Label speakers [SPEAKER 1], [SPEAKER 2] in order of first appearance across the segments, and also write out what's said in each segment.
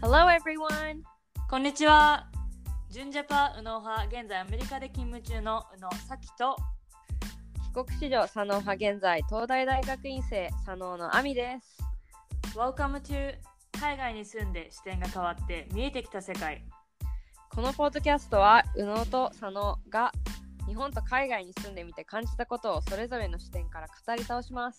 [SPEAKER 1] Hello everyone!
[SPEAKER 2] こんにちは。ジュンジャパ右脳派、現在アメリカで勤務中の右脳咲と
[SPEAKER 1] 帰国子女左脳派、現在東大大学院生左脳のアミです。
[SPEAKER 2] Welcome to 海外に住んで視点が変わって見えてきた世界。
[SPEAKER 1] このポッドキャストは右脳と左脳が日本と海外に住んでみて感じたことをそれぞれの視点から語り倒します。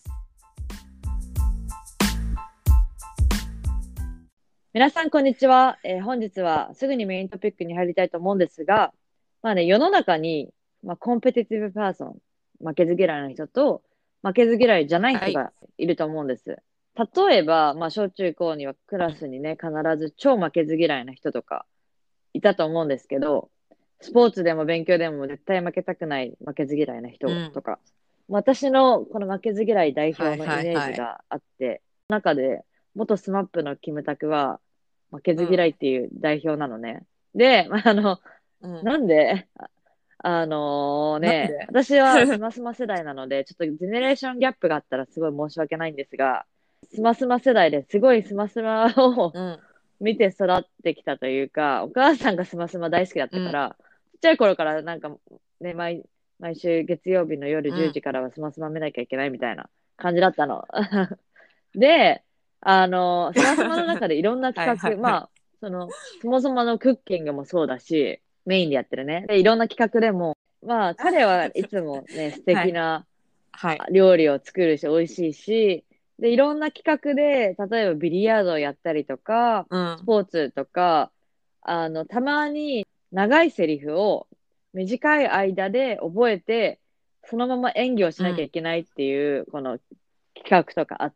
[SPEAKER 3] 皆さんこんにちは、本日はすぐにメイントピックに入りたいと思うんですが、世の中に、コンペティティブパーソン、負けず嫌いな人と負けず嫌いじゃない人がいると思うんです。例えば、小中高にはクラスにね、必ず超負けず嫌いな人とかいたと思うんですけど、スポーツでも勉強でも絶対負けたくない負けず嫌いな人とか、私のこの負けず嫌い代表のイメージがあって、中で元スマップのキムタクは負けず嫌いっていう代表なのね。で、なんで、私はスマスマ世代なので、ちょっとジェネレーションギャップがあったらすごい申し訳ないんですが、スマスマ世代ですごいスマスマを、見て育ってきたというか、お母さんがスマスマ大好きだったから、ちっちゃい頃からなんかね、毎週月曜日の夜10時からはスマスマ見なきゃいけないみたいな感じだったの。で、スマスマの中でいろんな企画、そもそものクッキングもそうだし、メインでやってるね。で、いろんな企画でも、彼はいつもね、素敵な料理を作るし、美味しいし、で、いろんな企画で、例えばビリヤードをやったりとか、スポーツとか、たまに長いセリフを短い間で覚えて、そのまま演技をしなきゃいけないっていう、この企画とかあって、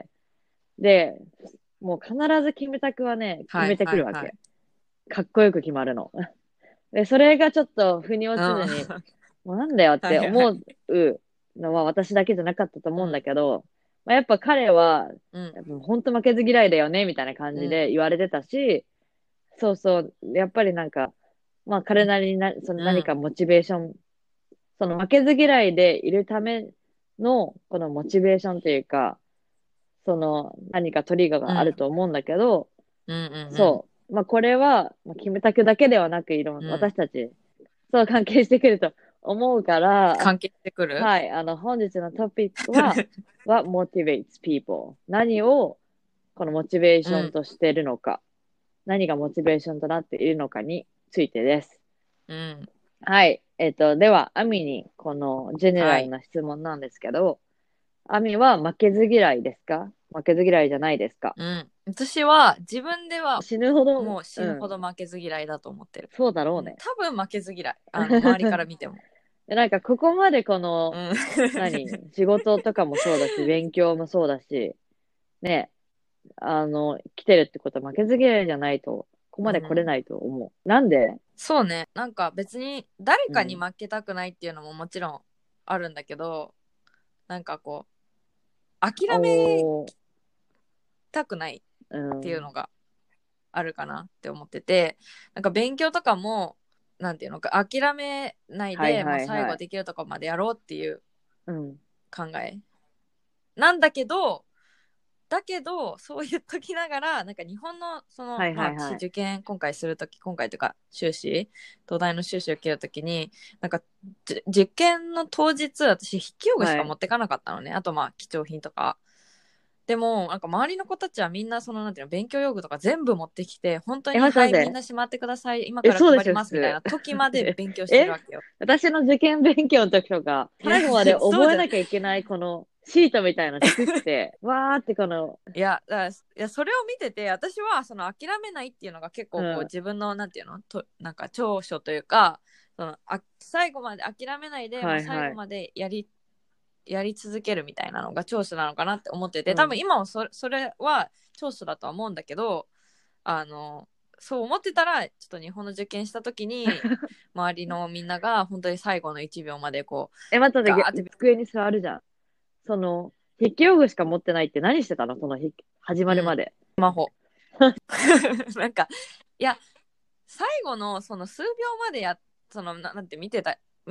[SPEAKER 3] で、もう必ずキムタクはね、決めてくるわけ。かっこよく決まるの。で、それがちょっと腑に落ちずに、もうなんだよって思うのは私だけじゃなかったと思うんだけど、やっぱ彼は、本当負けず嫌いだよね、みたいな感じで言われてたし、そうそう、やっぱりなんか、彼なりにその何かモチベーション、その負けず嫌いでいるための、このモチベーションというか、その何かトリガーがあると思うんだけど、そう。これは、キムタクだけではなく、私たち、そう関係してくると思うから、
[SPEAKER 2] 関係してくる？
[SPEAKER 3] はい。本日のトピックは、What motivates people? 何を、このモチベーションとしているのか、何がモチベーションとなっているのかについてです。はい。では、アミに、このジェネラルな質問なんですけど、アミは負けず嫌いですか？負けず嫌いじゃないですか？
[SPEAKER 2] 私は自分では
[SPEAKER 3] 死ぬほど
[SPEAKER 2] 負けず嫌いだと思ってる。
[SPEAKER 3] そうだろうね。
[SPEAKER 2] 多分負けず嫌い。周りから見ても。
[SPEAKER 3] なんかここまでこの、仕事とかもそうだし、勉強もそうだし、ね、来てるってことは負けず嫌いじゃないと、ここまで来れないと思う。なんで？
[SPEAKER 2] そうね。なんか別に誰かに負けたくないっていうのももちろんあるんだけど、なんかこう、諦めたくないっていうのがあるかなって思ってて、なんか勉強とかもなんていうのか諦めないで、最後できるとこまでやろうっていう考え、なんだけどそう言っときながら、なんか日本のその、私受験今回というか修士、東大の修士を受けるときに、なんか受験の当日私筆記用具しか持ってかなかったのね、あと貴重品とか。でもなんか周りの子たちはみんなそのなんていうの、勉強用具とか全部持ってきて、本当にはいみんなしまってください、今から配りますみたいな時まで勉強してるわけよ。
[SPEAKER 3] 私の受験勉強の時とか最後まで覚えなきゃいけないこのシートみたいなの作ってわーってこの
[SPEAKER 2] いやそれを見てて、私はその諦めないっていうのが結構こう、自分のなんていうのとなんか長所というか、その最後まで諦めないで、最後までやり続けるみたいなのが長所なのかなって思ってて、多分今もそれは長所だとは思うんだけど、そう思ってたらちょっと日本の受験した時に周りのみんなが本当に最後の1秒までこう
[SPEAKER 3] 待って机に座るじゃん。その筆記用具しか持ってないって何してたの？その始まるまで。
[SPEAKER 2] スマホなんかいや最後のその数秒までなんて見て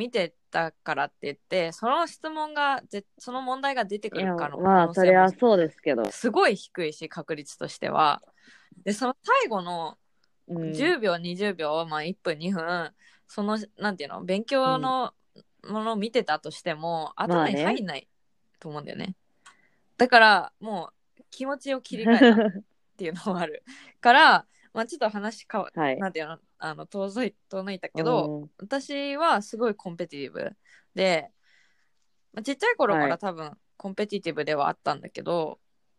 [SPEAKER 2] たからって言ってその質問がその問題が出てくるかの
[SPEAKER 3] まあそれはそうですけど
[SPEAKER 2] すごい低いし確率としては。でその最後の10秒、20秒、まあ、1分2分そのなんていうの勉強のものを見てたとしても、頭に入んないと思うんだよね。だからもう気持ちを切り替えたっていうのもあるから、まあ、ちょっと話なんていうの遠いたけど、私はすごいコンペティティブで、まあ、ちっちゃい頃から多分コンペティティブではあったんだけど、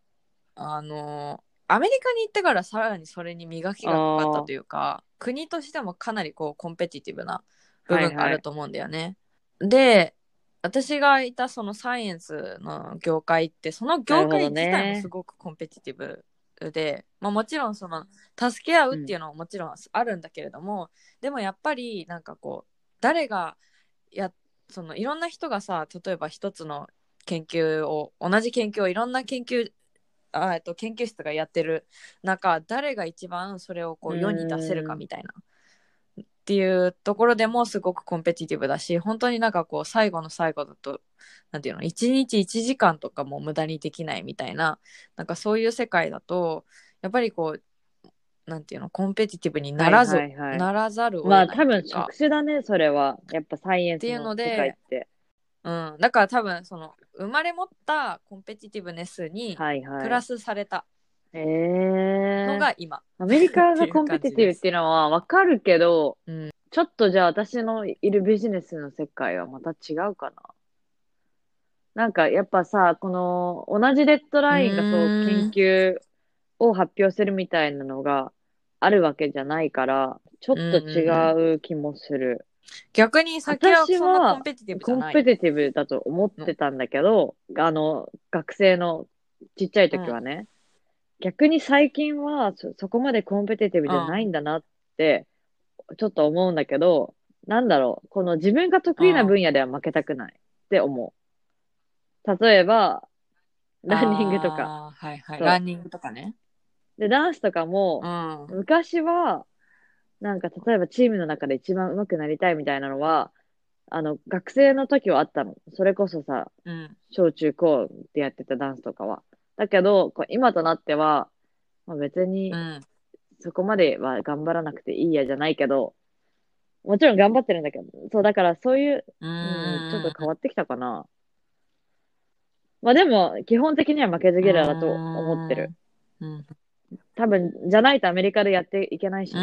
[SPEAKER 2] アメリカに行ってからさらにそれに磨きがかかったというか、国としてもかなりこうコンペティティブな部分があると思うんだよね。で、私がいたそのサイエンスの業界ってその業界自体もすごくコンペティティブで、まあ、もちろんその助け合うっていうのももちろんあるんだけれども、でもやっぱりなんかこう誰がそのいろんな人がさ、例えば一つの研究を同じ研究をいろんな研究室がやってる中、誰が一番それをこう世に出せるかみたいなっていうところでもすごくコンペティティブだし、本当になんかこう最後の最後だとなんていうの、1日1時間とかも無駄にできないみたいな、なんかそういう世界だとやっぱりこうなんていうの、コンペティティブにならざるを得ない。
[SPEAKER 3] まあ多分職種だね、それは。やっぱサイエンスの世界って。
[SPEAKER 2] だから多分その生まれ持ったコンペティティブネスにプラスされたのが今。
[SPEAKER 3] アメリカがコンペティティブっていうのはわかるけど、ちょっとじゃあ私のいるビジネスの世界はまた違うかな。なんかやっぱさ、この同じデッドラインがそう研究を発表するみたいなのがあるわけじゃないから、ちょっと違う気もする。
[SPEAKER 2] 逆に先はそんなコンペティティブじゃない。
[SPEAKER 3] コンペティティブだと思ってたんだけど、学生のちっちゃい時はね、逆に最近はそこまでコンペティティブじゃないんだなってちょっと思うんだけど、なんだろう、この自分が得意な分野では負けたくないって思う。例えばランニングとか、
[SPEAKER 2] ランニングとかね。
[SPEAKER 3] でダンスとかも、昔はなんか例えばチームの中で一番上手くなりたいみたいなのは学生の時はあったの。それこそさ、小中高でやってたダンスとかは。だけど今となっては、まあ、別にそこまでは頑張らなくていいやじゃないけど、もちろん頑張ってるんだけど、そうだからそういう、ちょっと変わってきたかな。まあでも基本的には負けず嫌いだと思ってる。多分じゃないとアメリカでやっていけないしね。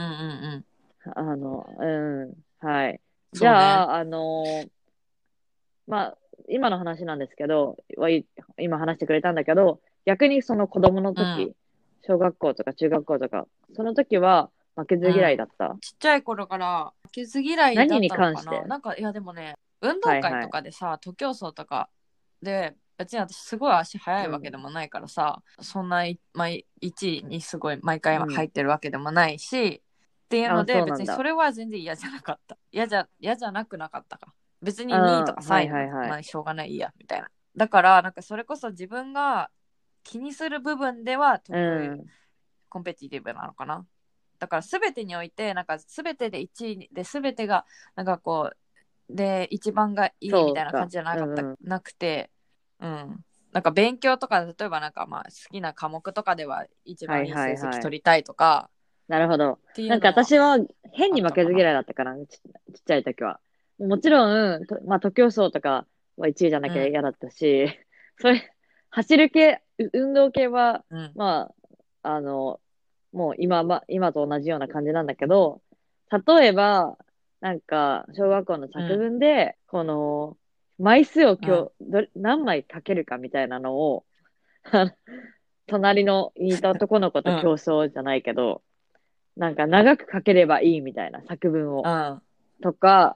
[SPEAKER 3] はい。じゃあ、まあ今の話なんですけど、今話してくれたんだけど、逆にその子供の時、小学校とか中学校とか、その時は負けず嫌いだった、
[SPEAKER 2] ちっちゃい頃から負けず嫌いだったのかな。
[SPEAKER 3] 何に関して？
[SPEAKER 2] なんかいやでもね、運動会とかでさ、徒競走とかで別に私すごい足速いわけでもないからさ、そんな1位にすごい毎回入ってるわけでもないし、っていうので別にそれは全然嫌じゃなかった。嫌じゃなくなかったか。別に2位とか3位まあしょうがないやみたいな。だからなんかそれこそ自分が気にする部分ではコンペティティブなのかな。だから全てにおいてなんか全てで1位で全てがなんかこうで一番がいいみたいな感じじゃなかった、なくて、なんか勉強とか例えばなんかまあ好きな科目とかでは一番いい成績取りたいとか、
[SPEAKER 3] なるほど。なんか私は変に負けず嫌いだったから、ちっちゃい時は。もちろん、まあ、徒競走とかは1位じゃなきゃ嫌だったし、それ、走る系、運動系は、まあ、もう今と同じような感じなんだけど、例えば、なんか、小学校の作文で、この、枚数を何枚書けるかみたいなのを、隣のいた男の子と競争じゃないけど、なんか長く書ければいいみたいな作文を、とか、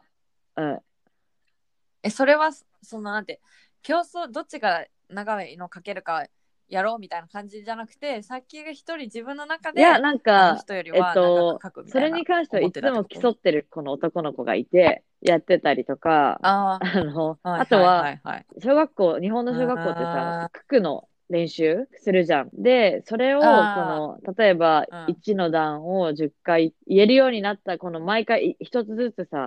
[SPEAKER 2] それはそのなんて競争どっちが長いの書けるかやろうみたいな感じじゃなくて、さっきが一人自分の中で、
[SPEAKER 3] いやなんか
[SPEAKER 2] 人よりは長く書くみたいな、
[SPEAKER 3] それに関してはいつも競ってるこの男の子がいてやってたりとか、あとは小学校、日本の小学校ってさ、九九の練習するじゃん。で、それを例えば1の段を10回言えるようになった、この毎回一つずつさ、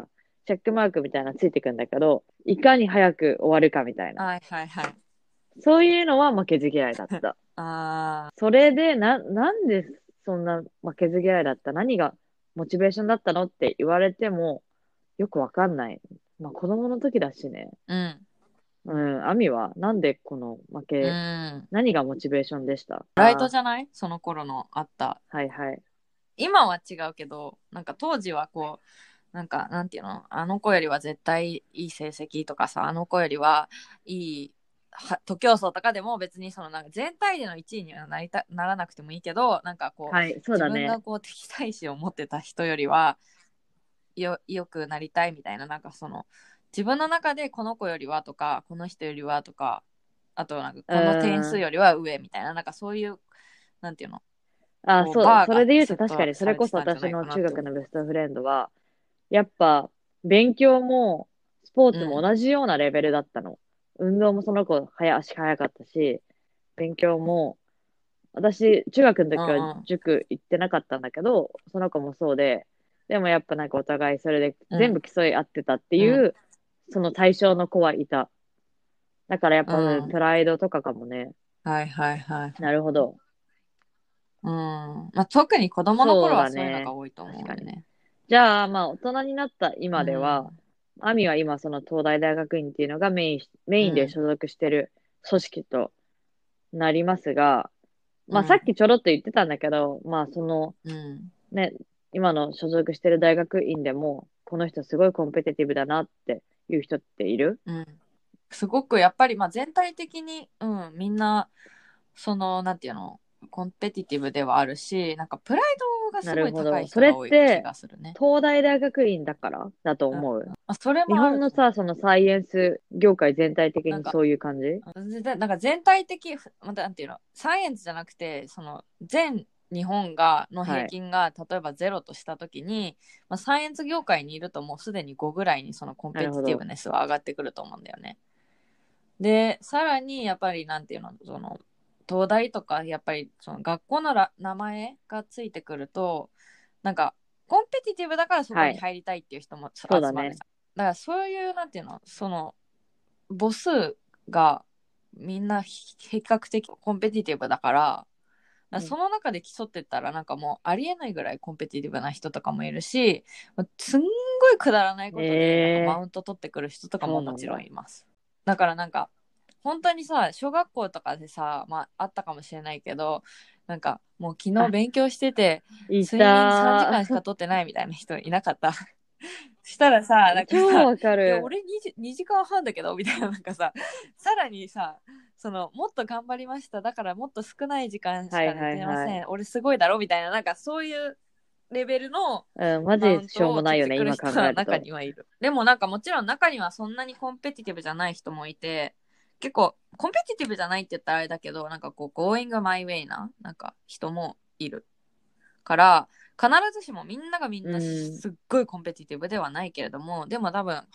[SPEAKER 3] チェックマークみたいなのついてくんだけど、いかに早く終わるかみたいな。
[SPEAKER 2] はいはいはい。
[SPEAKER 3] そういうのは負けず嫌いだった。
[SPEAKER 2] あ
[SPEAKER 3] それで、なんでそんな負けず嫌いだった？何がモチベーションだったのって言われても、よくわかんない。まあ子供の時だしね。
[SPEAKER 2] ー、
[SPEAKER 3] アミはなんでこの負
[SPEAKER 2] う
[SPEAKER 3] け、
[SPEAKER 2] ん。
[SPEAKER 3] 何がモチベーションでした？
[SPEAKER 2] ライトじゃない？その頃のあった。
[SPEAKER 3] はいはい。
[SPEAKER 2] 今は違うけど、なんか当時はこう、なんか、なんていうの、あの子よりは絶対いい成績とかさ、あの子よりはいい徒競走とかでも別にそのなんか全体での1位にはならなくてもいいけど、なんかこう、
[SPEAKER 3] はい、そう
[SPEAKER 2] 自
[SPEAKER 3] だね。
[SPEAKER 2] 分がこう敵対心を持ってた人よりはよくなりたいみたいな、なんかその自分の中でこの子よりはとか、この人よりはとか、あとなんかこの点数よりは上みたいな、なんかそういう、なんていうの、こう
[SPEAKER 3] そう、
[SPEAKER 2] バーが
[SPEAKER 3] それで言う
[SPEAKER 2] セット
[SPEAKER 3] と確かに、それこそ
[SPEAKER 2] されてたんじゃ
[SPEAKER 3] 私の中
[SPEAKER 2] ないかなって思
[SPEAKER 3] 学のベストフレンドは、やっぱ、勉強も、スポー
[SPEAKER 2] う。
[SPEAKER 3] ツも同じようなレベルだったの。運動もその子、足速かったし、勉強も、私、中学の時は
[SPEAKER 2] うんうん
[SPEAKER 3] 塾行ってなかったんだけど、その子もそうで、でもやっぱなんかお互いそれで全部競い合ってたって
[SPEAKER 2] うん
[SPEAKER 3] いう、その対象の子はいた。だからやっぱ、
[SPEAKER 2] うん
[SPEAKER 3] プライドとかかもね。
[SPEAKER 2] はいはいはい。
[SPEAKER 3] なるほど。
[SPEAKER 2] うん。まあ、特に子供の
[SPEAKER 3] そう
[SPEAKER 2] 頃はそういうの
[SPEAKER 3] だね。
[SPEAKER 2] が多いと思
[SPEAKER 3] 確かに。
[SPEAKER 2] うよね。
[SPEAKER 3] じゃあ、まあ、大人になった
[SPEAKER 2] う
[SPEAKER 3] 今では、
[SPEAKER 2] ん。
[SPEAKER 3] アミは今、その東大大学院っていうのがメインで
[SPEAKER 2] うん。
[SPEAKER 3] 所属してる組織となりますが、まあ、さっ
[SPEAKER 2] うん。
[SPEAKER 3] きちょろっと言ってたんだけど、まあ、その、
[SPEAKER 2] うん。
[SPEAKER 3] ね、今の所属してる大学院でも、この人すごいコンペティティブだなっていう人っている？
[SPEAKER 2] うん。すごくやっぱり、まあ、全体的に、うん、みんな、その、なんていうの、コンペティティブではあるし、なんかプライドが
[SPEAKER 3] な
[SPEAKER 2] すごい高い
[SPEAKER 3] るほど。それっ
[SPEAKER 2] 人が多い気
[SPEAKER 3] て、
[SPEAKER 2] がするね。
[SPEAKER 3] 東大大学院だからだと
[SPEAKER 2] うん。
[SPEAKER 3] 思う。
[SPEAKER 2] まあ、それ
[SPEAKER 3] 日
[SPEAKER 2] もあると思う。
[SPEAKER 3] 本のさ、そのサイエンス業界全体的
[SPEAKER 2] なんか、
[SPEAKER 3] にそういう感じ？
[SPEAKER 2] なんか全体的、またなんていうの、サイエンスじゃなくて、その全日本の
[SPEAKER 3] はい。
[SPEAKER 2] 平均が例えばゼロとしたときに、まあ、サイエンス業界にいるともうすでに5ぐらいにそのコンペティティブ
[SPEAKER 3] なるほど。
[SPEAKER 2] ネスは上がってくると思うんだよね。で、さらにやっぱりなんていうの、その東大とかやっぱりその学校の名前がついてくると、なんかコンペティティブだからそこ
[SPEAKER 3] はい。
[SPEAKER 2] に入りたいっていう人も集
[SPEAKER 3] そうだね。
[SPEAKER 2] まるじゃん。だからそういうなんていうの、その母数がみんな比較的コンペティティブだから、その中で競ってったらなんかもうありえないぐらいコンペティティブな人とかもいるし、すんごいくだらないことでなんかマ
[SPEAKER 3] え
[SPEAKER 2] ウント取ってくる人とかももちろん
[SPEAKER 3] そうなんだ。
[SPEAKER 2] います。だからなんか本当にさ、小学校とかでさ、まああったかもしれないけど、なんかもう昨日
[SPEAKER 3] あ、
[SPEAKER 2] 勉強してて
[SPEAKER 3] い
[SPEAKER 2] 睡眠3時間しか
[SPEAKER 3] た
[SPEAKER 2] 取ってないみたいな人いなかった？したらさ、なんかさ、
[SPEAKER 3] 超わかる。
[SPEAKER 2] 俺2時間半だけどみたいな、なんかさ、さらにさ、そのもっと頑張りました、だからもっと少ない時間し
[SPEAKER 3] はい
[SPEAKER 2] か寝
[SPEAKER 3] はいはい。
[SPEAKER 2] てません、俺すごいだろみたいな、なんかそういうレベルの
[SPEAKER 3] うん、マ
[SPEAKER 2] マウン
[SPEAKER 3] ジしょう
[SPEAKER 2] トを取って
[SPEAKER 3] もないよね、今
[SPEAKER 2] くる人は
[SPEAKER 3] 考えると。
[SPEAKER 2] 中にはいる。でもなんかもちろん中にはそんなにコンペティティブじゃない人もいて、結構コンペティティブじゃないって言ったらあれだけど、なんかこう going my way ななんか人もいるから、必ずしもみんながみん
[SPEAKER 3] う
[SPEAKER 2] な
[SPEAKER 3] ん。
[SPEAKER 2] すっごいコンペティティブではないけれども、でも多分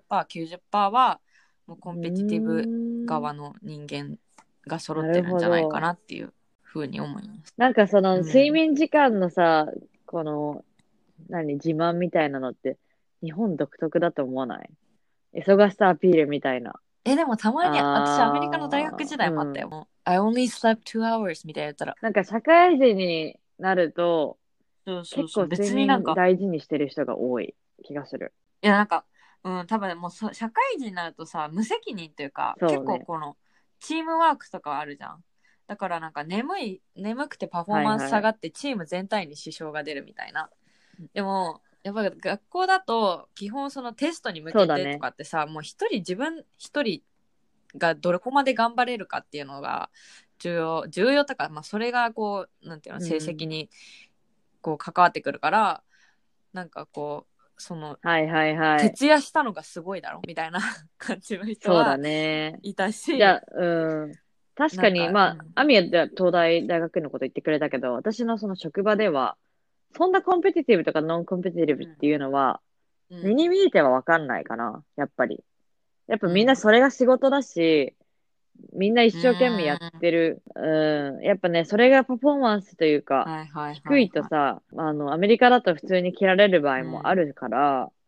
[SPEAKER 2] 80%、90%はもうコ
[SPEAKER 3] う
[SPEAKER 2] ンペティティブ
[SPEAKER 3] ーん。
[SPEAKER 2] 側の人間が揃
[SPEAKER 3] なる
[SPEAKER 2] ってるんじゃないか
[SPEAKER 3] ほど。
[SPEAKER 2] なっていうふうに思います。
[SPEAKER 3] なんかその睡
[SPEAKER 2] うん。
[SPEAKER 3] 眠時間のさ、この、自慢みたいなのって、日本独特だと思わない？忙しさアピールみたいな。
[SPEAKER 2] でもたまに私アメリカの大学時代もあったよ。
[SPEAKER 3] うん。
[SPEAKER 2] もう I only slept 2 hours みたいなやったら。
[SPEAKER 3] なんか社会人になると、
[SPEAKER 2] そうそうそう。
[SPEAKER 3] 結構睡眠
[SPEAKER 2] 別になんか、
[SPEAKER 3] 大事にしてる人が多い気がする。
[SPEAKER 2] いやなんか、多分もう社会人になるとさ、無責任というか、結構
[SPEAKER 3] そうね。
[SPEAKER 2] このチームワークとかあるじゃん。だからなんか眠くてパフォーマンス
[SPEAKER 3] はいはい。
[SPEAKER 2] 下がってチーム全体に支障が出るみたいな。でも、やっぱり学校だと基本そのテストに向けてと
[SPEAKER 3] そうだね。
[SPEAKER 2] かってさ、もう自分一人がどこまで頑張れるかっていうのが重要とか、まあそれがこう、なんていうの、成
[SPEAKER 3] うん。
[SPEAKER 2] 績にこう関わってくるから、なんかこう、その、
[SPEAKER 3] はいはいはい。
[SPEAKER 2] 徹夜したのがすごいだろみたいな感じの人
[SPEAKER 3] そうだ
[SPEAKER 2] は
[SPEAKER 3] ね。
[SPEAKER 2] いたし、
[SPEAKER 3] じゃあ、うん。確かに、
[SPEAKER 2] なんか、
[SPEAKER 3] まあ、アミヤって東大大学のこと言ってくれたけど、私のその職場では、そんなコンペティティブとかノンコンペティティブっていうのは、
[SPEAKER 2] うん、
[SPEAKER 3] 目に見えてはわかんないかな、やっぱり。やっぱ
[SPEAKER 2] うん、
[SPEAKER 3] みんなそれが仕事だし、みんな一
[SPEAKER 2] う
[SPEAKER 3] 生懸命やっ
[SPEAKER 2] ーん、
[SPEAKER 3] てる。うん。やっぱね、それがパフォーマンスというか、
[SPEAKER 2] はいはい
[SPEAKER 3] 低
[SPEAKER 2] はいはい。
[SPEAKER 3] いとさ、アメリカだと普通に切られる場合もあ
[SPEAKER 2] うん、
[SPEAKER 3] るから、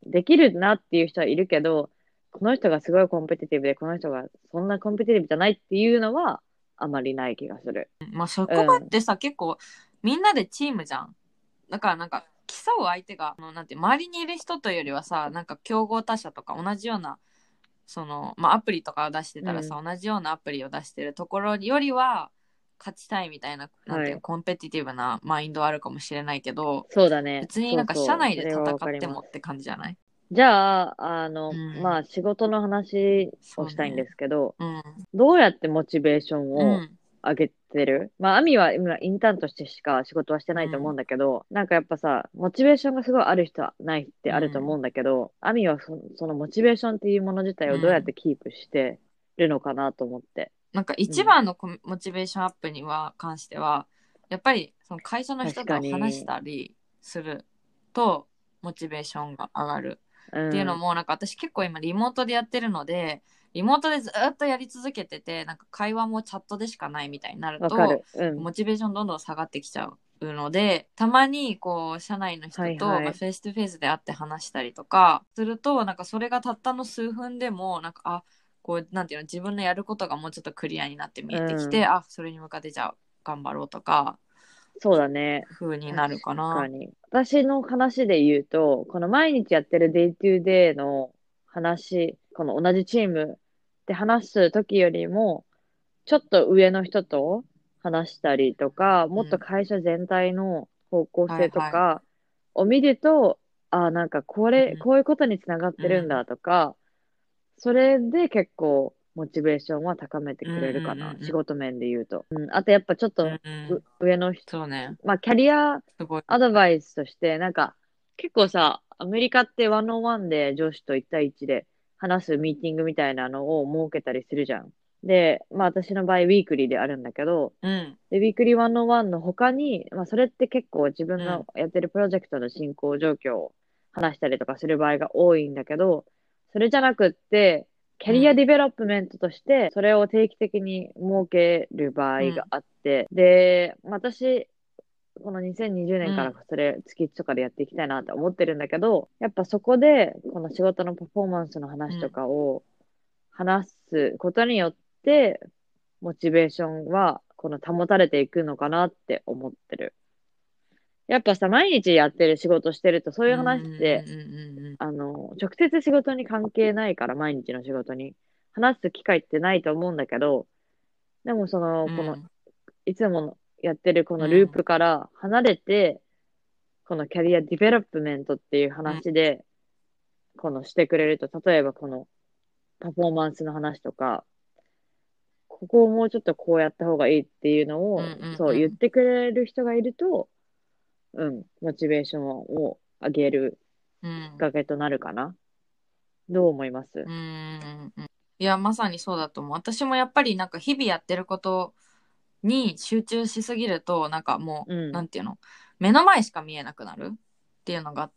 [SPEAKER 3] できるなっていう人はいるけど、この人がすごいコンペティティブで、この人がそんなコンペティティブじゃないっていうのは、あまりない気がする。
[SPEAKER 2] まあ職場ってさ、結構みんなでチームじゃん。だからなんか競う相手がなんて周りにいる人というよりはさ、なんか競合他社とか同じようなまあアプリとかを出してたらさ、同じようなアプリを出してるところよりは勝ちたいみたいな、なんていうの、コンペティティブなマインドはあるかもしれないけど、
[SPEAKER 3] そうだね。
[SPEAKER 2] 別になんか社内で戦ってもって感じじゃない？
[SPEAKER 3] じゃあ、まあ、仕事の話をしたいんですけど、どうやってモチベーションを上げてる？まあ、アミは今インターンとしてしか仕事はしてないと思うんだけど、なんかやっぱさ、モチベーションがすごいある人はないってあると思うんだけど、アミはそのモチベーションっていうもの自体をどうやってキープしてるのかなと思って。
[SPEAKER 2] なんか一番のモチベーションアップに関しては、やっぱりその会社の人と話したりするとモチベーションが上がるっていうのも、なんか私結構今リモートでやってるので、リモートでずっとやり続けてて、なんか会話もチャットでしかないみたいになると、モチベーションどんどん下がってきちゃうので、たまにこう社内の人と、フェイストゥフェイスで会って話したりとかすると、なんかそれがたったの数分でもなんかこうなんていうの、自分のやることがもうちょっとクリアになって見えてきて、それに向かってじゃあ頑張ろうとか、
[SPEAKER 3] そうだね。
[SPEAKER 2] 風になるかな。
[SPEAKER 3] 確かに。私の話で言うと、この毎日やってるデイトゥデイの話、この同じチームで話す時よりも、ちょっと上の人と話したりとか、もっと会社全体の方向性とかを見ると、なんかこういうことにつながってるんだとか、それで結構モチベーションは高めてくれるかな、仕事面で言うと。あとやっぱちょっと上の人、
[SPEAKER 2] そうね。
[SPEAKER 3] まあキャリアアドバイスとして、なんか結構さ、アメリカってワンオンワンで上司と1対1で話すミーティングみたいなのを設けたりするじゃん。で、まあ私の場合ウィークリーであるんだけど、でウィークリーワンオンワンの他に、まあそれって結構自分のやってるプロジェクトの進行状況を話したりとかする場合が多いんだけど、それじゃなくって、キャリアディベロップメントとして、それを定期的に設ける場合があって、で、私、この2020年からそれ月1とかでやっていきたいなって思ってるんだけど、やっぱそこで、この仕事のパフォーマンスの話とかを話すことによって、モチベーションは、この保たれていくのかなって思ってる。やっぱさ、毎日やってる仕事してると、そういう話って、直接仕事に関係ないから、毎日の仕事に。話す機会ってないと思うんだけど、でもこの、いつもやってるこのループから離れて、このキャリアディベロップメントっていう話で、このしてくれると、例えばこのパフォーマンスの話とか、ここをもうちょっとこうやった方がいいっていうのを、そう言ってくれる人がいると、モチベーションを上げるきっかけとなるかな。どう思います？
[SPEAKER 2] いや、まさにそうだと思う。私もやっぱりなんか日々やってることに集中しすぎると、なんかもう、なんていうの、目の前しか見えなくなるっていうのがあって、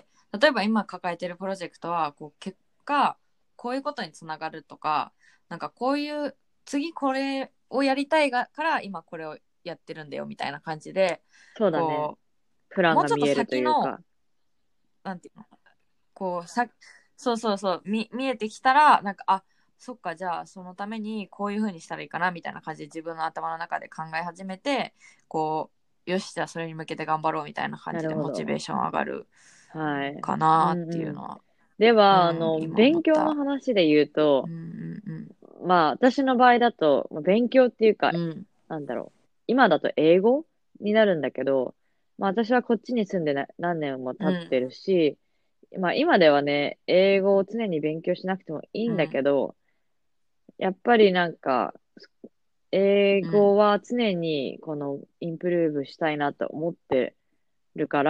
[SPEAKER 2] 例えば今抱えてるプロジェクトは、こう結果、こういうことにつながるとか、なんかこういう、次これをやりたいから今これをやってるんだよみたいな感じで、
[SPEAKER 3] そうだね。プランが見えるというか。もうちょっと先の、
[SPEAKER 2] なんていうの、こうそう見えてきたら、なんかそっか、じゃあそのためにこういう風にしたらいいかなみたいな感じで自分の頭の中で考え始めて、こうよし、じゃあそれに向けて頑張ろうみたいな感じでモチベーション上がるかなっていうのは。
[SPEAKER 3] では、勉強の話で言うと、まあ私の場合だと、勉強っていうか、なんだろう、今だと英語になるんだけど、まあ私はこっちに住んで何年も経ってるし、まあ今ではね、英語を常に勉強しなくてもいいんだけど、やっぱりなんか、英語は常にこのインプルーブしたいなと思ってるから、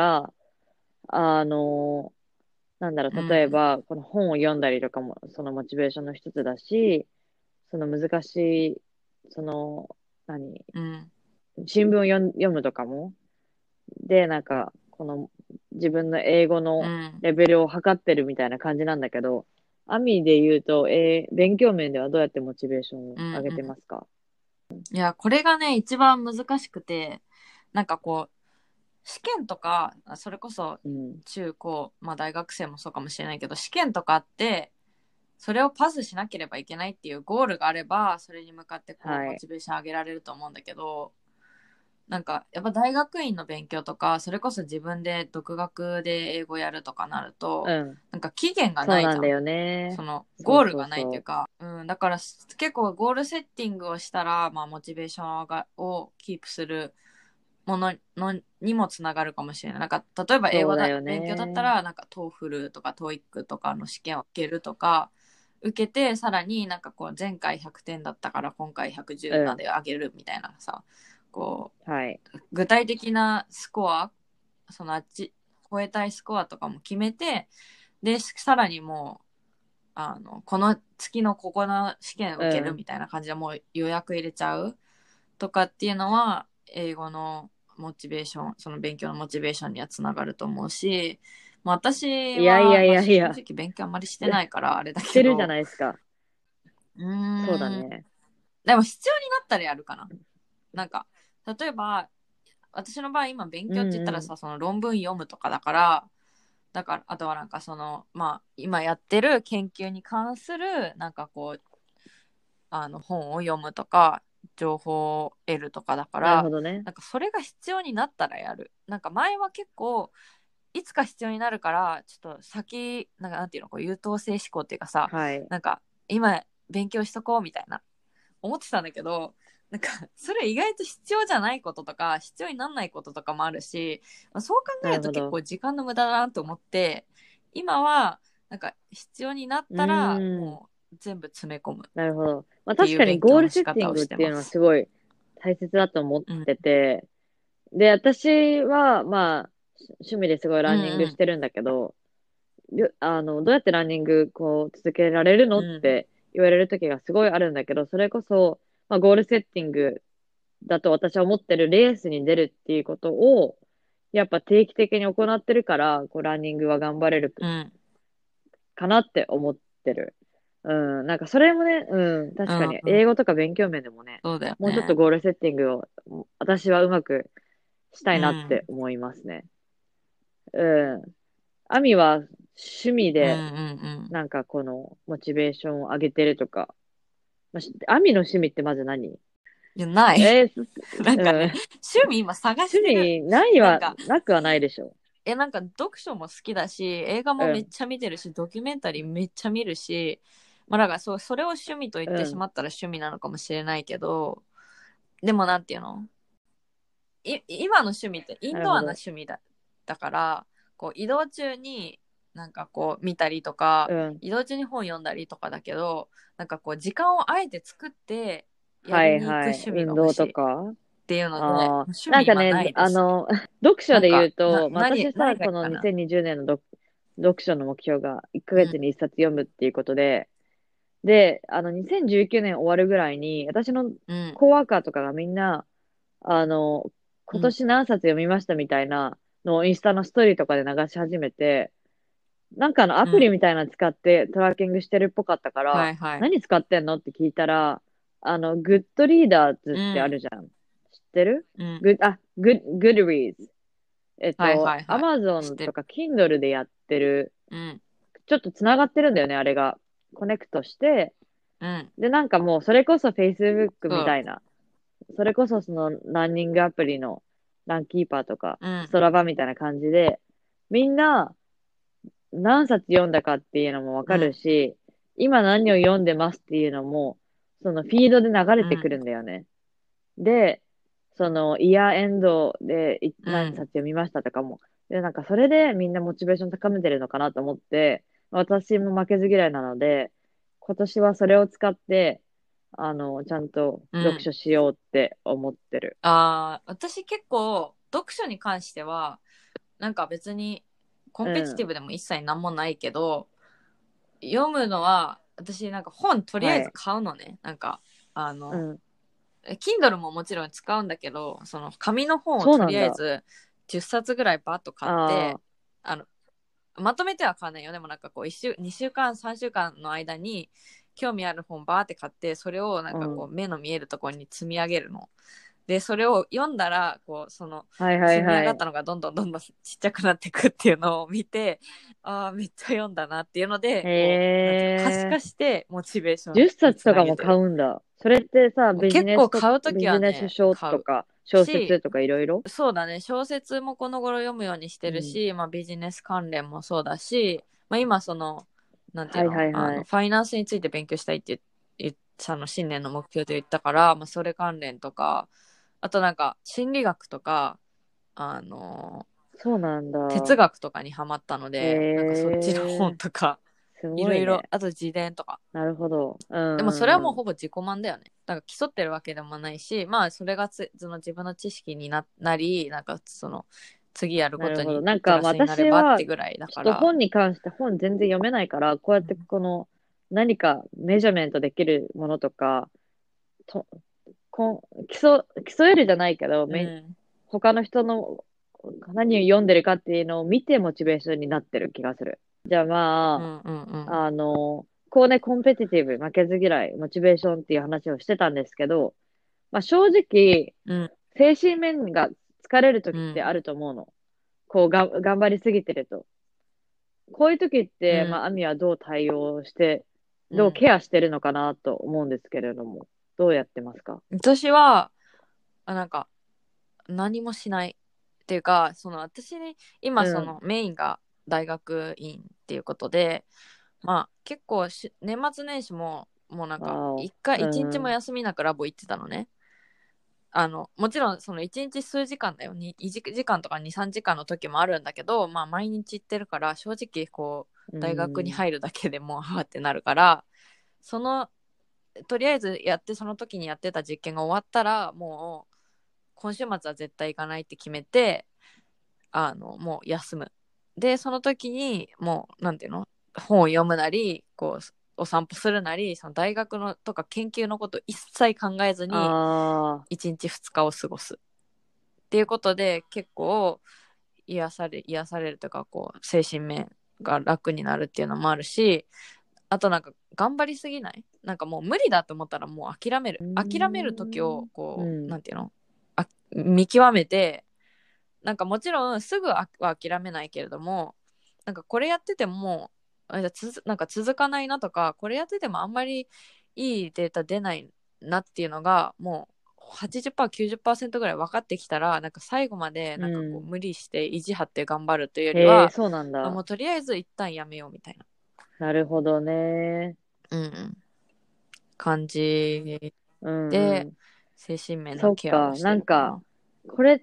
[SPEAKER 3] なんだろう、例えば、この本を読んだりとかも、そのモチベーションの一つだし、その難しい、新聞を読むとかも、で、なんか、この自分の英語のレベルを測ってるみたいな感じなんだけど、アミで言うと、勉強面ではどうやってモチベーションを上げてますか？
[SPEAKER 2] いや、これがね、一番難しくて、なんかこう、 試験とかそれこそ中高、大学生もそうかもしれないけど試験とかってそれをパスしなければいけないっていうゴールがあればそれに向かってこう、モチベーション上げられると思うんだけど、なんかやっぱ大学院の勉強とかそれこそ自分で独学で英語やるとかなると、なんか期限がないじゃん。そうなんだよね。そのゴールがないっていうか、だから結構ゴールセッティングをしたら、モチベーションをキープするものにもつながるかもしれない。なんか例えば英語勉強だったらなんかトーフルとかトーイックとかの試験を受けるとか、受けてさらになんかこう前回100点だったから今回110まで上げるみたいなさ、こう、具体的なスコア、その超えたいスコアとかも決めて、でさらにもうこの月のここの試験を受けるみたいな感じでもう予約入れちゃうとかっていうのは英語のモチベーション、その勉強のモチベーションにはつながると思うし、私は正直勉強あんまりしてないからあれだけど。
[SPEAKER 3] してるじゃないですか。そうだね。
[SPEAKER 2] でも必要になったらやるかな。なんか例えば私の場合今勉強って言ったらさ、その論文読むとかだからあとはなんかその今やってる研究に関するなんかこう本を読むとか情報を得るとかだから、
[SPEAKER 3] なるほどね。
[SPEAKER 2] なんかそれが必要になったらやる。なんか前は結構いつか必要になるからちょっと先なんていうのこう優等生思考っていうかさ、なんか今勉強しとこうみたいな思ってたんだけど、なんかそれ意外と必要じゃないこととか必要にならないこととかもあるし、そう考えると結構時間の無駄だなと思って、今はなんか必要になったらもう全部詰め込む。
[SPEAKER 3] なるほど。確かにゴールセッティングっていうのはすごい大切だと思ってて、で、私は趣味ですごいランニングしてるんだけど、どうやってランニングこう続けられるのって言われる時がすごいあるんだけど、それこそ、ゴールセッティングだと私は思ってるレースに出るっていうことを、やっぱ定期的に行ってるから、こうランニングは頑張れるかなって思ってる。なんかそれもね、確かに英語とか勉強面でもね、
[SPEAKER 2] そうだよね、
[SPEAKER 3] もうちょっとゴールセッティングを私はうまくしたいなって思いますね。アミは趣味で、なんかこのモチベーションを上げてるとか、アミの趣味ってまず何？
[SPEAKER 2] いや、ない。なんかね、趣味今探してる。
[SPEAKER 3] 趣味ないはなくはないでしょ。
[SPEAKER 2] なんか読書も好きだし、映画もめっちゃ見てるし、ドキュメンタリーめっちゃ見るし、だからそれを趣味と言ってしまったら趣味なのかもしれないけど、でもなんていうの？今の趣味ってインドアな趣味だから、こう移動中になんかこう見たりとか、移動中に本読んだりとかだけど、なんかこう時間をあえて作ってやりに行く趣味が欲しいっていうので、趣味はないです。
[SPEAKER 3] 読書で言うと、私さ、この2020年の読書の目標が1ヶ月に1冊読むっていうことで、で、2019年終わるぐらいに、私のコワーカーとかがみんな、今年何冊読みましたみたいなのをインスタのストーリーとかで流し始めて、なんかアプリみたいなの使ってトラッキングしてるっぽかったから、何使ってんのって聞いたら、グッドリーダーズってあるじゃん。知ってる？グッドリーズ。アマゾンとか Kindle でやってる、ちょっと繋がってるんだよね、あれが。コネクトして、で、なんかもう、それこそ Facebook みたいな、それこそそのランニングアプリのランキーパーとか、ストラバみたいな感じで、みんな何冊読んだかっていうのもわかるし、今何を読んでますっていうのも、そのフィードで流れてくるんだよね。で、そのイヤーエンドで何冊読みましたとかも、で、なんかそれでみんなモチベーション高めてるのかなと思って、私も負けず嫌いなので、今年はそれを使って、ちゃんと読書しようって思ってる。
[SPEAKER 2] 私結構、読書に関しては、なんか別に、コンペティティブでも一切なんもないけど、読むのは、私なんか本とりあえず買うのね。なんか、Kindle ももちろん使うんだけど、その紙の本をとりあえず10冊ぐらいバッと買って、まとめては買わないよ。でもなんかこう2週間、3週間の間に興味ある本バーって買って、それをなんかこう目の見えるところに積み上げるの。 でそれを読んだらこうその
[SPEAKER 3] はいはいはい。
[SPEAKER 2] 積み上がったのがどんどんちっちゃくなっていくっていうのを見て、ああめっちゃ読んだなっていうのでこうなんていうの可視
[SPEAKER 3] へえ。
[SPEAKER 2] 化してモチベーション
[SPEAKER 3] 10
[SPEAKER 2] につ
[SPEAKER 3] 冊とかも
[SPEAKER 2] なげてる。
[SPEAKER 3] 買うんだ。それってさ、
[SPEAKER 2] 結構買うとき
[SPEAKER 3] ビジ
[SPEAKER 2] はね
[SPEAKER 3] ネス書
[SPEAKER 2] 買う
[SPEAKER 3] とか、小
[SPEAKER 2] し、
[SPEAKER 3] 説とかいろいろ。
[SPEAKER 2] そうだね、小説もこの頃読むようにして
[SPEAKER 3] うん。
[SPEAKER 2] るし、まあ、ビジネス関連もそうだし、まあ、今そのなんていう
[SPEAKER 3] はい
[SPEAKER 2] の、
[SPEAKER 3] はいはい。
[SPEAKER 2] ファイナンスについて勉強したいってその新年の目標で言ったから、まあ、それ関連とか、あとなんか心理学とかあの
[SPEAKER 3] そうなんだ。
[SPEAKER 2] 哲学とかにハマったの
[SPEAKER 3] へ
[SPEAKER 2] で、なんかそっちの本
[SPEAKER 3] え。
[SPEAKER 2] とか
[SPEAKER 3] す
[SPEAKER 2] いろいろ、
[SPEAKER 3] ごいね。
[SPEAKER 2] あと自伝とか。
[SPEAKER 3] なるほど。う
[SPEAKER 2] でもそれはもう
[SPEAKER 3] ん。
[SPEAKER 2] ほぼ自己満だよね。だから競ってるわけでもないし、まあそれがその自分の知識になり、なんかその次やる
[SPEAKER 3] なるほど。
[SPEAKER 2] ことに
[SPEAKER 3] なんか
[SPEAKER 2] プラスになればっ
[SPEAKER 3] 私は、ち
[SPEAKER 2] てぐらいだ
[SPEAKER 3] ょっと
[SPEAKER 2] から。
[SPEAKER 3] 本に関して本全然読めないから、こうやってこの何かメジャーメントできるものとか、と、競えるじゃないけど、
[SPEAKER 2] うん。
[SPEAKER 3] 他の人の何を読んでるかっていうのを見てモチベーションになってる気がする。じゃあま
[SPEAKER 2] うんうんう
[SPEAKER 3] あ、
[SPEAKER 2] ん。
[SPEAKER 3] こうね、コンペティティブ、負けず嫌い、モチベーションっていう話をしてたんですけど、まあ正直、
[SPEAKER 2] うん
[SPEAKER 3] 精神面が疲れる時ってあ
[SPEAKER 2] うん
[SPEAKER 3] ると思うの。頑張りすぎてると。こういう時って、まあ、
[SPEAKER 2] うん
[SPEAKER 3] アミはどう対応して、どう
[SPEAKER 2] うん。
[SPEAKER 3] ケアしてるのかなと思うんですけれども、どうやってますか？
[SPEAKER 2] 私は、なんか何もしない。っていうか、その私に今そ
[SPEAKER 3] うん。
[SPEAKER 2] のメインが大学院っていうことで、まあ結構年末年始ももうなんか
[SPEAKER 3] あ
[SPEAKER 2] 一日も
[SPEAKER 3] あ、
[SPEAKER 2] 休みなくラボ行ってたのね。もちろんその一日数時間だよ。2時間とか2、3時間の時もあるんだけど、まあ毎日行ってるから正直こう
[SPEAKER 3] う
[SPEAKER 2] 大学に
[SPEAKER 3] ん。
[SPEAKER 2] 入るだけでもうはーってなるから、そのとりあえずやってその時にやってた実験が終わったらもう今週末は絶対行かないって決めて、もう休む。でその時にもうなんていうの、本を読むなりこうお散歩するなり、その大学のとか研究のこと一切考えずに
[SPEAKER 3] ああ、
[SPEAKER 2] 1日2日を過ごすっていうことで結構癒されるというかこう精神面が楽になるっていうのもあるし、あとなんか頑張りすぎない、なんかもう無理だと思ったらもう
[SPEAKER 3] う
[SPEAKER 2] 諦める時
[SPEAKER 3] ん。
[SPEAKER 2] をこう
[SPEAKER 3] うん。
[SPEAKER 2] なんていうの、見極めて、なんかもちろんすぐは諦めないけれども、なんかこれやっててもなんか続かないなとか、これやっててもあんまりいいデータ出ないなっていうのがもう80%、90%ぐらい分かってきたら、なんか最後まで
[SPEAKER 3] う
[SPEAKER 2] なんかこう
[SPEAKER 3] ん。
[SPEAKER 2] 無理して意地張って頑張るというより
[SPEAKER 3] へえ、
[SPEAKER 2] は、
[SPEAKER 3] そうなんだ。
[SPEAKER 2] もうとりあえず一旦やめようみたい
[SPEAKER 3] なるほどね。
[SPEAKER 2] な、感じ
[SPEAKER 3] うん
[SPEAKER 2] で
[SPEAKER 3] うん。
[SPEAKER 2] 精神面の
[SPEAKER 3] そっか。
[SPEAKER 2] ケアをして
[SPEAKER 3] なんか、
[SPEAKER 2] るかな。
[SPEAKER 3] これって、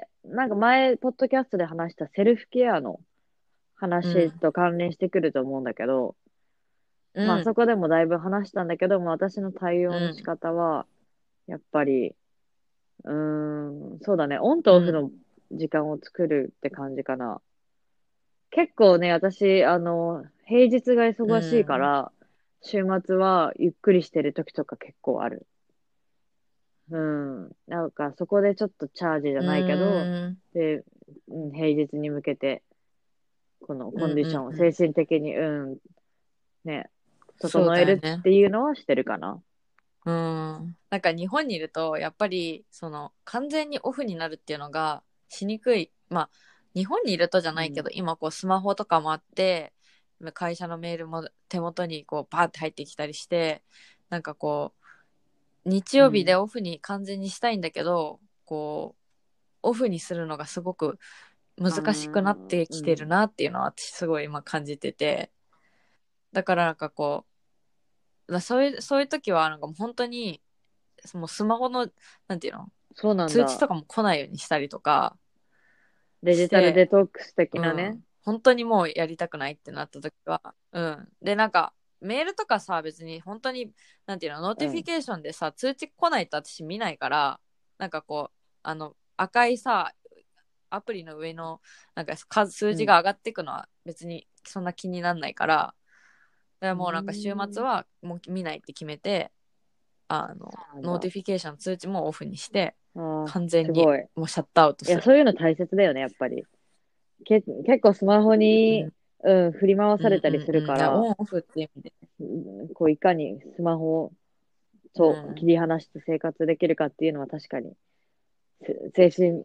[SPEAKER 3] なんか前、ポッドキャストで話したセルフケアの話
[SPEAKER 2] うん
[SPEAKER 3] と関連してくると思うんだけど、まあ
[SPEAKER 2] うん
[SPEAKER 3] そこでもだいぶ話したんだけども、私の対応の仕
[SPEAKER 2] うん
[SPEAKER 3] 方は、やっぱり、そうだね、オンと
[SPEAKER 2] うん
[SPEAKER 3] オフの時間を作るって感じかな。結構ね、私、平日が
[SPEAKER 2] う
[SPEAKER 3] 忙しいか
[SPEAKER 2] ん
[SPEAKER 3] ら、週末はゆっくりしてる時とか結構ある。うん。なんか、そこでちょっとチャージじゃ
[SPEAKER 2] う
[SPEAKER 3] ないけど、
[SPEAKER 2] ん
[SPEAKER 3] で、平日に向けて、この
[SPEAKER 2] うん
[SPEAKER 3] コンディションを精神的に、ね、
[SPEAKER 2] そう
[SPEAKER 3] 整える
[SPEAKER 2] だよね。
[SPEAKER 3] っていうのはしてるかな。
[SPEAKER 2] なんか日本にいるとやっぱりその完全にオフになるっていうのがしにくい。まあ日本にいるとじゃ
[SPEAKER 3] うん。
[SPEAKER 2] ないけど、今こうスマホとかもあって会社のメールも手元にこうバーって入ってきたりして、なんかこう日曜日で
[SPEAKER 3] うん。
[SPEAKER 2] オフに完全にしたいんだけど、こうオフにするのがすごく
[SPEAKER 3] あ
[SPEAKER 2] 難しくなっ
[SPEAKER 3] ー、
[SPEAKER 2] てきてる
[SPEAKER 3] うん。
[SPEAKER 2] なっていうのは私すごい今感じてて、だからなんかこうそういう時はなんかもう本当にもうスマホのなんていうの、
[SPEAKER 3] そうなんだ。
[SPEAKER 2] 通知とかも来ないようにしたりとか
[SPEAKER 3] デジタル
[SPEAKER 2] して、
[SPEAKER 3] デトックス的なね。
[SPEAKER 2] 本当にもうやりたくないってなった時は、でなんかメールとかさ、別に本当になんていうの、ノー
[SPEAKER 3] うん。
[SPEAKER 2] ティフィケーションでさ通知来ないと私見ないから、なんかこう赤いさアプリの上のなんか数
[SPEAKER 3] うん。
[SPEAKER 2] 字が上がっていくのは別にそんな気になんないから、だから
[SPEAKER 3] うー
[SPEAKER 2] もうなんか週末
[SPEAKER 3] ん。
[SPEAKER 2] はもう見ないって決めて、
[SPEAKER 3] そうなんだ。
[SPEAKER 2] ノーティフィケーション通知もオフにして
[SPEAKER 3] ああ、
[SPEAKER 2] 完全に
[SPEAKER 3] すごい。
[SPEAKER 2] もうシャットアウト
[SPEAKER 3] いや、
[SPEAKER 2] する。
[SPEAKER 3] そういうの大切だよね、やっぱり。結構スマホに、
[SPEAKER 2] うん
[SPEAKER 3] 振り回
[SPEAKER 2] うん
[SPEAKER 3] されたりする
[SPEAKER 2] うんうん。オ
[SPEAKER 3] から、
[SPEAKER 2] ンオフっていう意味で。
[SPEAKER 3] いかにスマホそう、切り離して生活できるかっていうのは確かに、精神、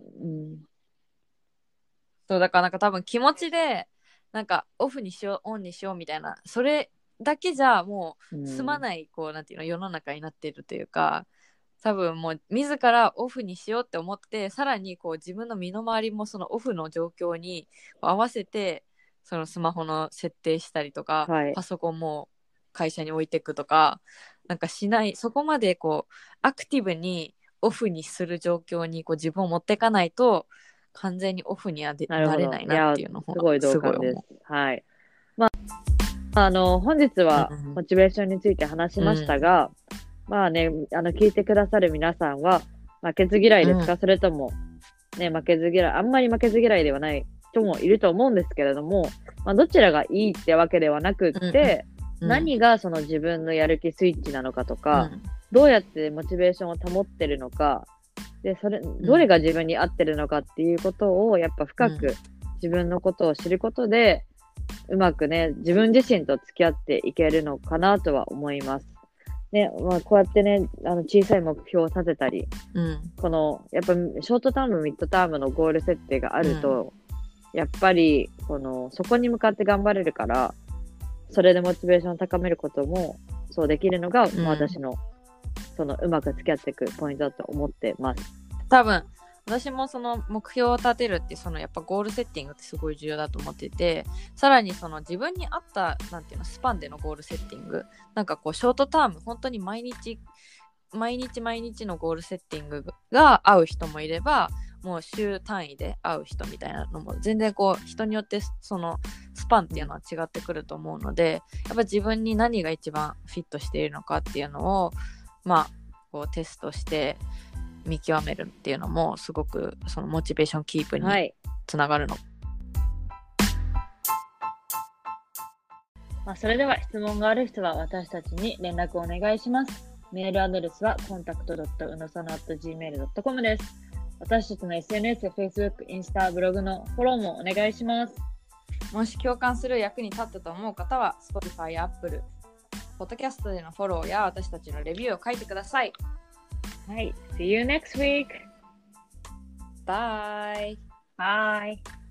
[SPEAKER 2] そう、だからなんか多分気持ちで、なんかオフにしよう、オンにしようみたいな、それだけじゃもう済まない、こう、なんていうの、世の中になっているというか、多分もう自らオフにしようって思って、さらにこう自分の身の回りもそのオフの状況に合わせて、そのスマホの設定したりとか、パソコンも会社に置いていくとか、なんかしない、そこまでこうアクティブにオフにする状況にこう自分を持っていかないと、完全にオフにはなれないなっていうの
[SPEAKER 3] すごい同感です。はい。まあ、本日はモチベーションについて話しましたが、まあね、聞いてくださる皆さんは、負けず嫌いですか、それとも、ね、負けず嫌い、あんまり負けず嫌いではない人もいると思うんですけれども、まあ、どちらがいいってわけではなくって、何がその自分のやる気スイッチなのかとか、どうやってモチベーションを保ってるのか、で、どれが自分に合ってるのかっていうことを、やっぱ深く自分のことを知ることで、うまくね、自分自身と付き合っていけるのかなとは思います。ね、まあ、こうやってね、小さい目標を立てたり、この、やっぱ、ショートターム、ミッドタームのゴール設定があると、やっぱり、そこに向かって頑張れるから、それでモチベーションを高めることも、そうできるのが、私の、うまく付き合っていくポイントだと思ってます。
[SPEAKER 2] 多分、私もその目標を立てるって、やっぱゴールセッティングってすごい重要だと思ってて、さらに自分に合った、なんていうの、スパンでのゴールセッティング、なんかこう、ショートターム、本当に毎日のゴールセッティングが合う人もいれば、もう週単位で合う人みたいなのも全然こう人によってそのスパンっていうのは違ってくると思うので、やっぱ自分に何が一番フィットしているのかっていうのをこうテストして見極めるっていうのもすごくそのモチベーションキープにつながるの。
[SPEAKER 3] それでは質問がある人は私たちに連絡をお願いします。メールアドレスは contact.unosano@gmail.com です。私たちの SNS、Facebook、インスタ、ブログのフォローもお願いします。
[SPEAKER 2] もし共感する役に立ったと思う方は Spotify や Apple、ポッドキャストでのフォローや私たちのレビューを書いてください。
[SPEAKER 3] はい。See you next week!
[SPEAKER 2] Bye!
[SPEAKER 3] Bye!